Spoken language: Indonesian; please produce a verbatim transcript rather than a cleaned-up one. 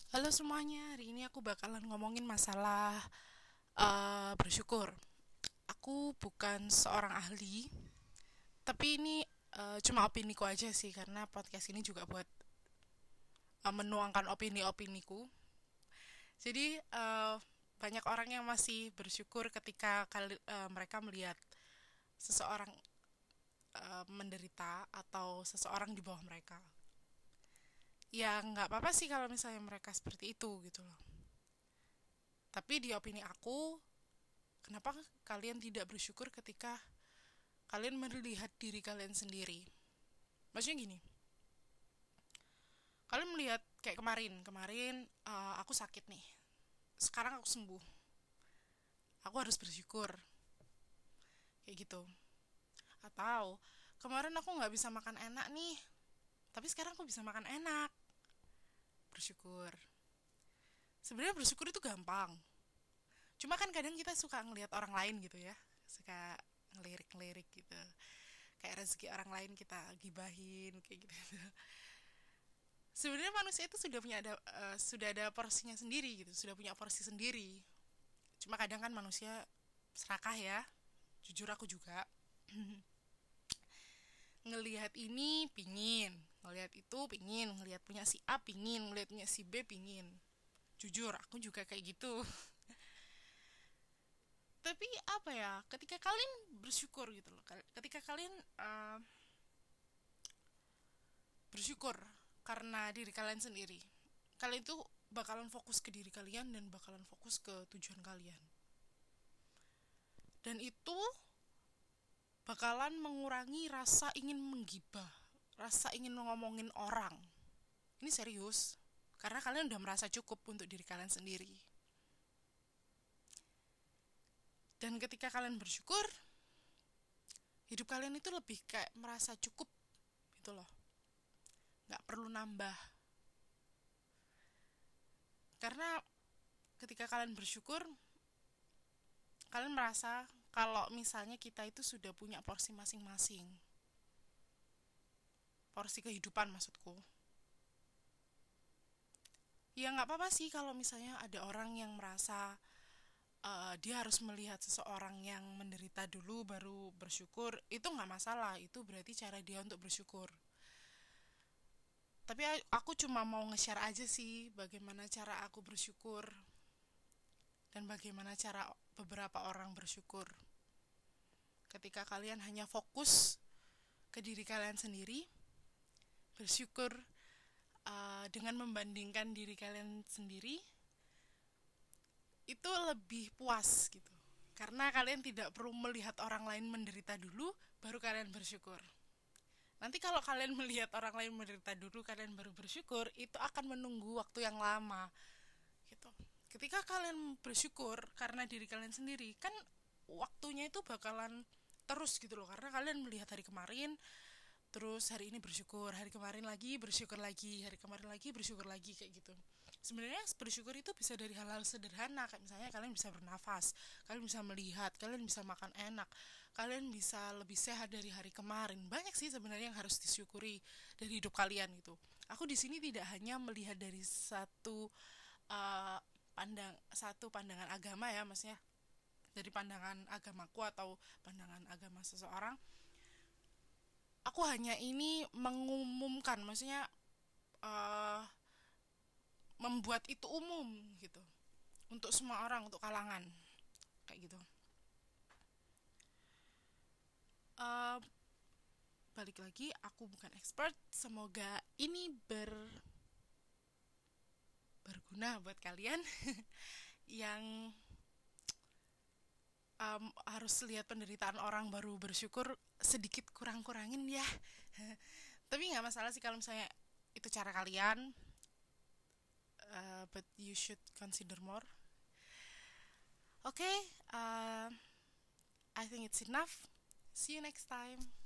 Halo semuanya, hari ini aku bakalan ngomongin masalah eh, bersyukur. Aku bukan seorang ahli, tapi ini eh, cuma opiniku aja sih, karena podcast ini juga buat eh, menuangkan opini-opiniku. Jadi eh, banyak orang yang masih bersyukur ketika kali, eh, mereka melihat seseorang eh, menderita atau seseorang di bawah mereka. Ya nggak apa-apa sih kalau misalnya mereka seperti itu gitu loh. Tapi di opini aku, kenapa kalian tidak bersyukur ketika kalian melihat diri kalian sendiri? Maksudnya gini, kalian melihat kayak kemarin, kemarin eh, aku sakit nih, sekarang aku sembuh, aku harus bersyukur, kayak gitu. Atau kemarin aku nggak bisa makan enak nih, tapi sekarang aku bisa makan enak, bersyukur. Sebenarnya bersyukur itu gampang, cuma kan kadang kita suka ngelihat orang lain gitu ya, suka ngelirik-ngelirik gitu, kayak rezeki orang lain kita gibahin kayak gitu. Sebenarnya manusia itu sudah punya ada eh, sudah ada porsinya sendiri gitu, sudah punya porsi sendiri. Cuma kadang kan manusia serakah ya, jujur aku juga. Ngelihat ini pingin, ngelihat itu pingin, ngelihat punya si A pingin, ngelihat punya si B pingin. Jujur aku juga kayak gitu. Tapi apa ya, ketika kalian bersyukur gitu loh, ketika kalian eh, bersyukur karena diri kalian sendiri, kalian itu bakalan fokus ke diri kalian dan bakalan fokus ke tujuan kalian. Dan itu bakalan mengurangi rasa ingin menggibah, rasa ingin ngomongin orang. Ini serius, karena kalian udah merasa cukup untuk diri kalian sendiri. Dan ketika kalian bersyukur, hidup kalian itu lebih kayak merasa cukup gitu loh. Nggak perlu nambah. Karena ketika kalian bersyukur, kalian merasa kalau misalnya kita itu sudah punya porsi masing-masing. Porsi kehidupan maksudku. Ya nggak apa-apa sih kalau misalnya ada orang yang merasa uh, dia harus melihat seseorang yang menderita dulu baru bersyukur. Itu nggak masalah, itu berarti cara dia untuk bersyukur. Tapi aku cuma mau nge-share aja sih bagaimana cara aku bersyukur dan bagaimana cara beberapa orang bersyukur. Ketika kalian hanya fokus ke diri kalian sendiri, bersyukur uh, dengan membandingkan diri kalian sendiri, itu lebih puas gitu. Karena kalian tidak perlu melihat orang lain menderita dulu, baru kalian bersyukur. Nanti kalau kalian melihat orang lain menderita dulu, kalian baru bersyukur, itu akan menunggu waktu yang lama. Gitu. Ketika kalian bersyukur karena diri kalian sendiri, kan waktunya itu bakalan terus gitu loh. Karena kalian melihat hari kemarin, terus hari ini bersyukur, hari kemarin lagi bersyukur lagi, hari kemarin lagi bersyukur lagi, kayak gitu. Sebenarnya bersyukur itu bisa dari hal-hal sederhana, kayak misalnya kalian bisa bernafas, kalian bisa melihat, kalian bisa makan enak, kalian bisa lebih sehat dari hari kemarin. Banyak sih sebenarnya yang harus disyukuri dari hidup kalian gitu. Aku di sini tidak hanya melihat dari satu uh, pandang satu pandangan agama ya, maksudnya dari pandangan agamaku atau pandangan agama seseorang. Aku hanya ini mengumumkan, maksudnya uh, membuat itu umum gitu untuk semua orang, untuk kalangan kayak gitu. uh, Balik lagi, aku bukan expert, semoga ini ber berguna buat kalian yang um, harus lihat penderitaan orang baru bersyukur, sedikit kurang-kurangin ya. Tapi nggak masalah sih kalau misalnya itu cara kalian, uh, but you should consider more. Oke, okay, uh, I think it's enough. See you next time.